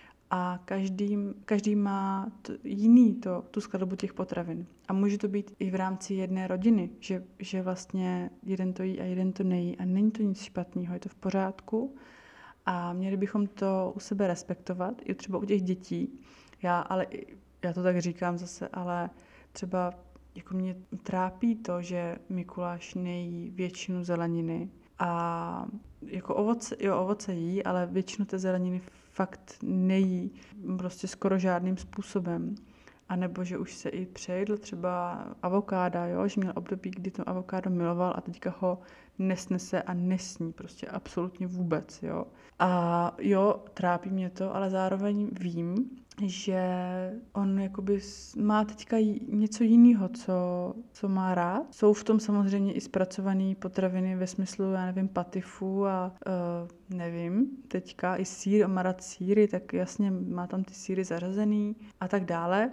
A každý, každý má to, jiný to, tu skladbu těch potravin. A může to být i v rámci jedné rodiny, že, že vlastně jeden to jí a jeden to nejí. A není to nic špatného, je to v pořádku. A měli bychom to u sebe respektovat, i třeba u těch dětí. Já, ale, já to tak říkám zase, ale třeba jako mě trápí to, že Mikuláš nejí většinu zeleniny. A jako ovoce, jo, ovoce jí, ale většinu té zeleniny fakt nejí prostě skoro žádným způsobem. A nebo že už se i přejedl třeba avokáda, jo? Že měl období, kdy to avokádo miloval a teďka ho nesnese a nesní prostě absolutně vůbec. Jo? A jo, trápí mě to, ale zároveň vím, že on jakoby má teďka něco jiného, co, co má rád. Jsou v tom samozřejmě i zpracované potraviny ve smyslu, já nevím, patifu a uh, nevím, teďka i sýr, má rád sýry, tak jasně má tam ty sýry zařazený a tak dále.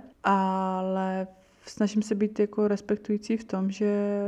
Ale snažím se být jako respektující v tom, že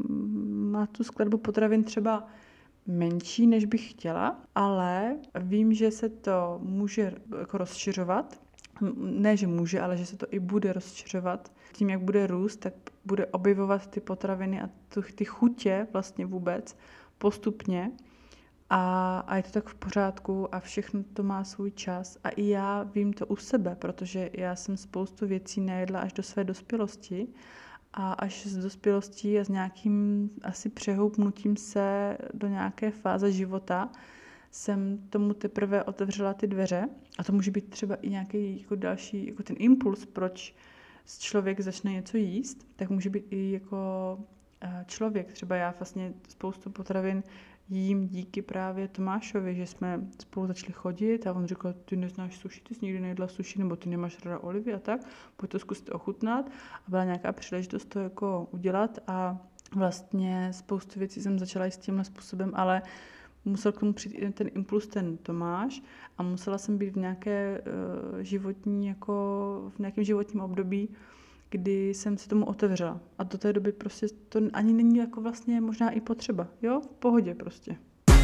má tu skladbu potravin třeba menší, než bych chtěla, ale vím, že se to může jako rozšiřovat. Ne, že může, ale že se to i bude rozšiřovat. Tím, jak bude růst, tak bude objevovat ty potraviny a ty chutě vlastně vůbec postupně a, a je to tak v pořádku a všechno to má svůj čas. A i já vím to u sebe, protože já jsem spoustu věcí nejedla až do své dospělosti a až z dospělostí a s nějakým asi přehoupnutím se do nějaké fáze života jsem tomu teprve otevřela ty dveře a to může být třeba i nějaký jako další, jako ten impuls, proč člověk začne něco jíst, tak může být i jako člověk. Třeba já vlastně spoustu potravin jím díky právě Tomášovi, že jsme spolu začali chodit a on říkal, ty neznáš sushi, ty jsi nikdy nejedla sushi, nebo ty nemáš ráda olivy a tak, pojď to zkusit ochutnat. A byla nějaká příležitost to jako udělat a vlastně spoustu věcí jsem začala jíst tímhle způsobem, ale musel k tomu přijít i ten impuls, ten Tomáš a musela jsem být v nějaké uh, životní, jako v nějakém životním období, kdy jsem se tomu otevřela. A do té doby prostě to ani není jako vlastně možná i potřeba. Jo, v pohodě prostě.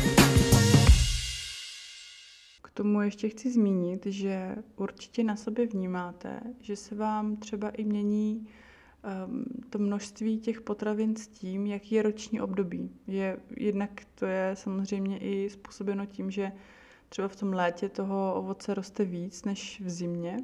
K tomu ještě chci zmínit, že určitě na sobě vnímáte, že se vám třeba i mění um, to množství těch potravin s tím, jaký je roční období. Je, jednak to je samozřejmě i způsobeno tím, že třeba v tom létě toho ovoce roste víc než v zimě.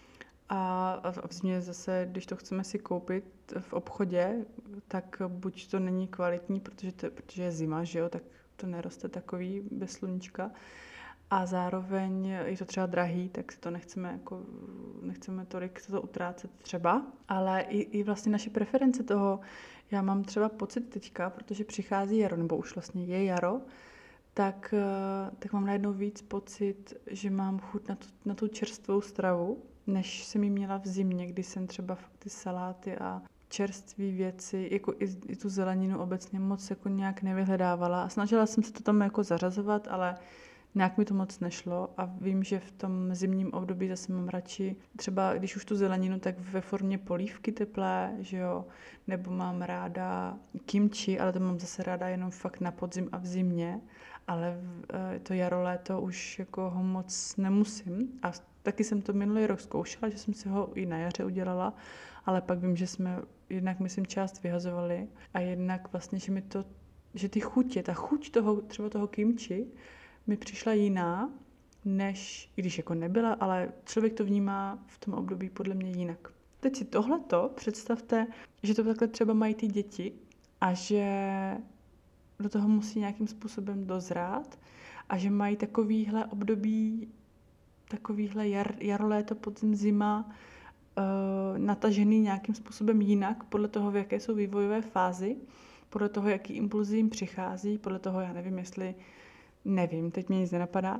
A v zimě zase, když to chceme si koupit v obchodě, tak buď to není kvalitní, protože, to, protože je zima, že jo, tak to neroste takový bez sluníčka. A zároveň je to třeba drahý, tak si to nechceme, jako, nechceme tolik to utrácet třeba. Ale i, i vlastně naše preference toho, já mám třeba pocit teďka, protože přichází jaro, nebo už vlastně je jaro, tak, tak mám najednou víc pocit, že mám chuť na tu, na tu čerstvou stravu, než jsem ji měla v zimě, kdy jsem třeba fakt ty saláty a čerstvé věci, jako i, i tu zeleninu obecně moc jako nějak nevyhledávala. A snažila jsem se to tam jako zařazovat, ale nějak mi to moc nešlo a vím, že v tom zimním období zase mám radši třeba, když už tu zeleninu, tak ve formě polívky teplé, že jo, nebo mám ráda kimchi, ale to mám zase ráda jenom fakt na podzim a v zimě, ale to jaro, léto už jako ho moc nemusím a taky jsem to minulý rok zkoušela, že jsem si ho i na jaře udělala, ale pak vím, že jsme jednak, myslím, část vyhazovali a jednak vlastně, že mi to, že ty chutě, ta chuť toho, třeba toho kimchi, mi přišla jiná, než, i když jako nebyla, ale člověk to vnímá v tom období podle mě jinak. Teď si tohleto představte, že to takhle třeba mají ty děti a že do toho musí nějakým způsobem dozrát a že mají takovýhle období, takovýhle jar, jaro, léto, podzim, zima, uh, natažený nějakým způsobem jinak, podle toho, v jaké jsou vývojové fázi, podle toho, jaký impulzy jim přichází, podle toho, já nevím, jestli nevím, teď mě nic nenapadá.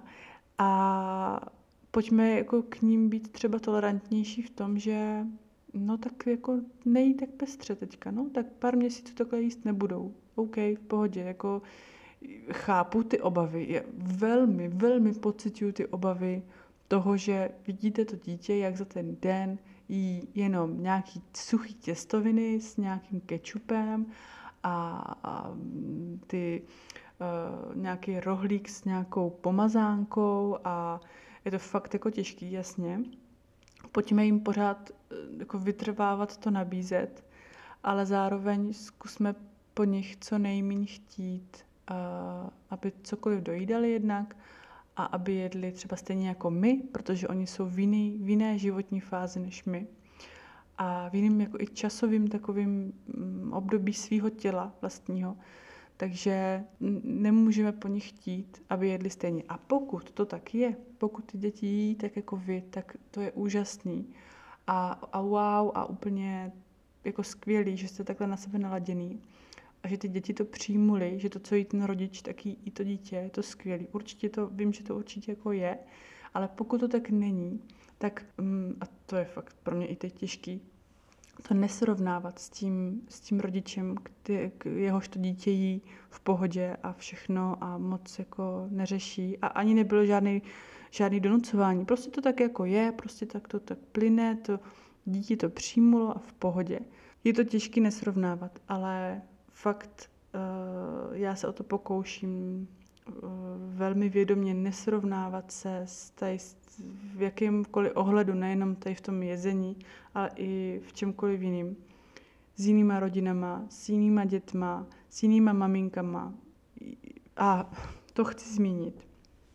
A pojďme jako k ním být třeba tolerantnější v tom, že no tak jako nejí tak pestře teďka, no tak pár měsíců takhle jíst nebudou. OK, v pohodě, jako chápu ty obavy, já velmi, velmi pociťuju ty obavy toho, že vidíte to dítě, jak za ten den jí jenom nějaký suchý těstoviny s nějakým kečupem a, a ty Uh, nějaký rohlík s nějakou pomazánkou a je to fakt jako těžký, jasně. Pojďme jim pořád uh, jako vytrvávat to nabízet, ale zároveň zkusme po nich co nejméně chtít, uh, aby cokoliv dojídali jednak a aby jedli třeba stejně jako my, protože oni jsou v, jiný, v jiné životní fázi než my. A v jiným jako i časovým takovým um, období svého těla vlastního. Takže nemůžeme po nich chtít, aby jedli stejně. A pokud to tak je, pokud ty děti jí tak jako vy, tak to je úžasný. A, a wow, a úplně jako skvělý, že jste takhle na sebe naladěný. A že ty děti to přijmuli, že to, co jí ten rodič, tak jí i to dítě, je to skvělý. Určitě to, vím, že to určitě jako je, ale pokud to tak není, tak, a to je fakt pro mě i teď těžký, to nesrovnávat s tím, s tím rodičem, který, jehož to dítě jí v pohodě a všechno a moc jako neřeší. A ani nebylo žádný, žádný donucování. Prostě to tak jako je, prostě tak to tak plyne, to dítě to přijmulo a v pohodě. Je to těžké nesrovnávat, ale fakt uh, já se o to pokouším uh, velmi vědomě nesrovnávat se s tady, v jakémkoliv ohledu, nejenom tady v tom jezení, ale i v čemkoliv jiným. S jinýma rodinama, s jinýma dětma, s jinýma maminkama. a to chci zmínit,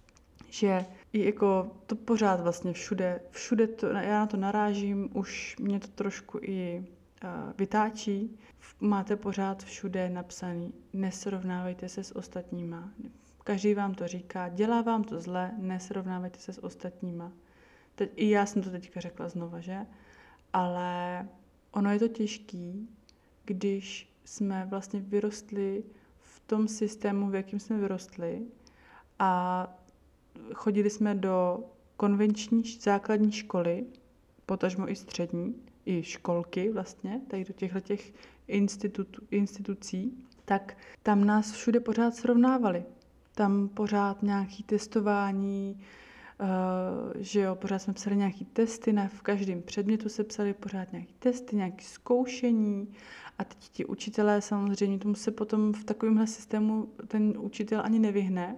že i jako to pořád vlastně všude, všude to, já na to narážím, už mě to trošku i uh, vytáčí. Máte pořád všude napsaný, nesrovnávejte se s ostatníma. Každý vám to říká, dělá vám to zle, nesrovnávejte se s ostatníma. Teď, i já jsem to teďka řekla znova, že? Ale ono je to těžký, když jsme vlastně vyrostli v tom systému, v jakém jsme vyrostli a chodili jsme do konvenční základní školy, potažmo i střední, i školky vlastně, tady do těchto těch institut, institucí, tak tam nás všude pořád srovnávali. Tam pořád nějaké testování, uh, že jo, pořád jsme psali nějaké testy, na, v každém předmětu se psali pořád nějaké testy, nějaké zkoušení a teď ti učitelé samozřejmě, tomu se potom v takovémhle systému ten učitel ani nevyhne,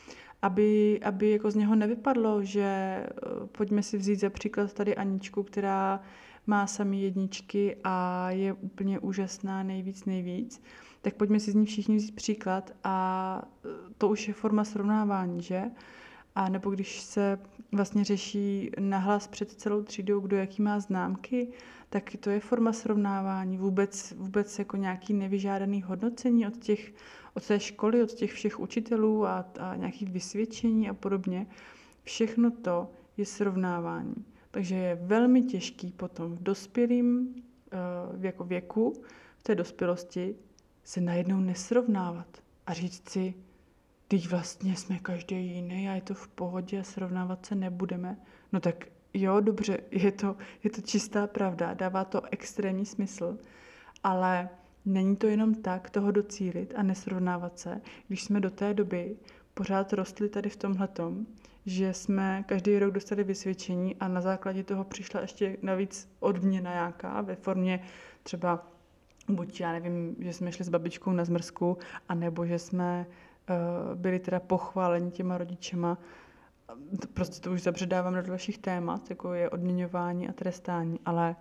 aby, aby jako z něho nevypadlo, že uh, pojďme si vzít za příklad tady Aničku, která má samý jedničky a je úplně úžasná, nejvíc, nejvíc, tak pojďme si z ní všichni vzít příklad a to už je forma srovnávání, že? A nebo když se vlastně řeší nahlas před celou třídou, kdo jaký má známky, tak to je forma srovnávání, vůbec, vůbec jako nějaký nevyžádaný hodnocení od těch, od té školy, od těch všech učitelů a, a nějakých vysvědčení a podobně. Všechno to je srovnávání. Takže je velmi těžký potom v dospělém uh, jako věku, v té dospělosti, se najednou nesrovnávat a říct si, teď vlastně jsme každý jiný a je to v pohodě a srovnávat se nebudeme. No tak jo, dobře, je to, je to čistá pravda, dává to extrémní smysl, ale není to jenom tak toho docílit a nesrovnávat se, když jsme do té doby pořád rostli tady v tomhletom, že jsme každý rok dostali vysvědčení a na základě toho přišla ještě navíc odměna nějaká ve formě třeba buď, já nevím, že jsme šli s babičkou na zmrzku, anebo že jsme uh, byli teda pochváleni těma rodičema. Prostě to už zabředávám do dalších témat, jako je odměňování a trestání, ale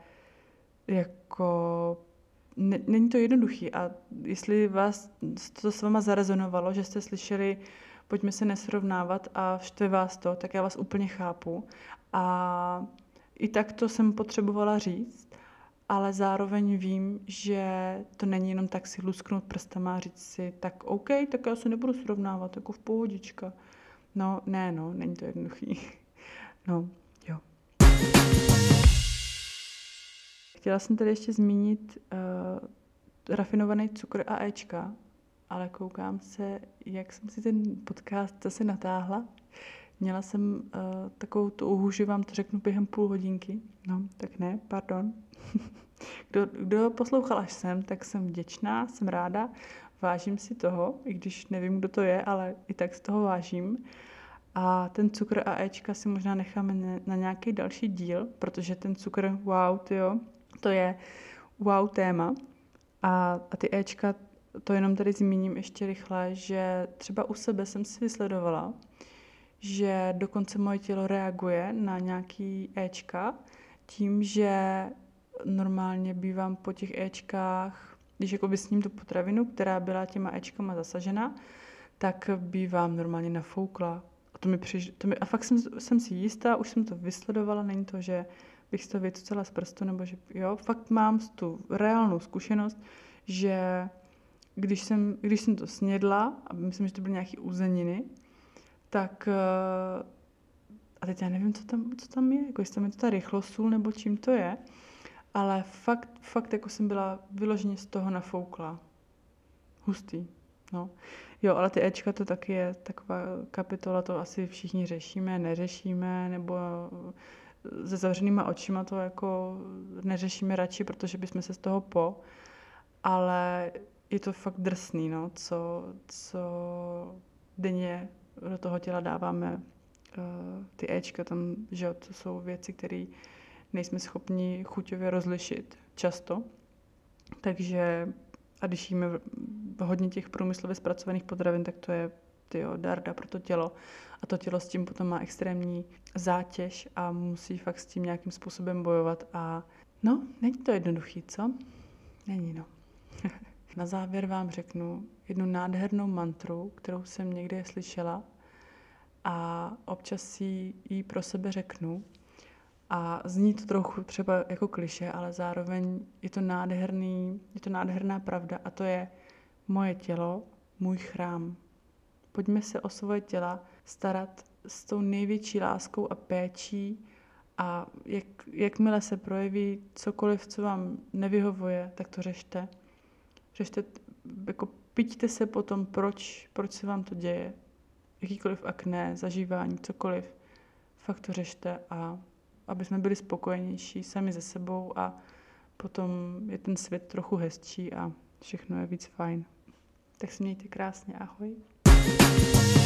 jako ne, není to jednoduchý a jestli vás to s váma zarezonovalo, že jste slyšeli pojďme se nesrovnávat a štve vás to, tak já vás úplně chápu. A i tak to jsem potřebovala říct, ale zároveň vím, že to není jenom tak si lusknout prstama a říct si, tak OK, tak já se nebudu srovnávat, jako v pohodička. No, ne, no, není to jednoduchý. No, jo. Chtěla jsem tady ještě zmínit uh, rafinovaný cukr a éčka, ale koukám se, jak jsem si ten podcast zase natáhla. Měla jsem uh, takovou tu úhu, že vám to řeknu během půl hodinky. No, tak ne, pardon. kdo, kdo poslouchal až sem, tak jsem vděčná, jsem ráda, vážím si toho, i když nevím, kdo to je, ale i tak z toho vážím. A ten cukr a éčka si možná necháme na nějaký další díl, protože ten cukr, wow, tyjo, to je wow téma. A, a ty éčka, to jenom tady zmíním ještě rychle, že třeba u sebe jsem si vysledovala, že dokonce moje tělo reaguje na nějaký éčka tím, že normálně bývám po těch éčkách, když jakoby sním tu potravinu, která byla těma éčkama zasažena, tak bývám normálně nafoukla. A, to mi přiš, to mi, a fakt jsem, jsem si jistá, už jsem to vysledovala, není to, že bych si to vycucala z prstu, nebo že jo, fakt mám tu reálnou zkušenost, že když jsem, když jsem to snědla, a myslím, že to byly nějaké uzeniny, tak a teď já nevím, co tam, co tam je, jako jestli tam je to ta rychlosůl, nebo čím to je, ale fakt, fakt jako jsem byla vyloženě z toho nafoukla. Hustý, no. Jo, ale ty éčka to taky je taková kapitola, to asi všichni řešíme, neřešíme, nebo se zavřenýma očima to jako neřešíme radši, protože bychom se z toho po, ale je to fakt drsný, no, co, co denně do toho těla dáváme uh, ty éčka, tam, že to jsou věci, které nejsme schopni chuťově rozlišit často, takže a když jíme hodně těch průmyslově zpracovaných potravin, tak to je tyjo, darda pro to tělo. A to tělo s tím potom má extrémní zátěž a musí fakt s tím nějakým způsobem bojovat. A no, není to jednoduchý, co? Není, no. Na závěr vám řeknu, jednu nádhernou mantru, kterou jsem někde slyšela a občas si ji pro sebe řeknu. A zní to trochu třeba jako klišé, ale zároveň je to nádherný, je to nádherná pravda a to je moje tělo, můj chrám. Pojďme se o svoje těla starat s tou největší láskou a péčí a jak, jakmile se projeví cokoliv, co vám nevyhovuje, tak to řešte. Řešte, jako piťte se potom, proč, proč se vám to děje. Jakýkoliv akné, zažívání, cokoliv. Fakt to řešte a aby jsme byli spokojenější sami ze sebou a potom je ten svět trochu hezčí a všechno je víc fajn. Tak se mějte krásně, ahoj.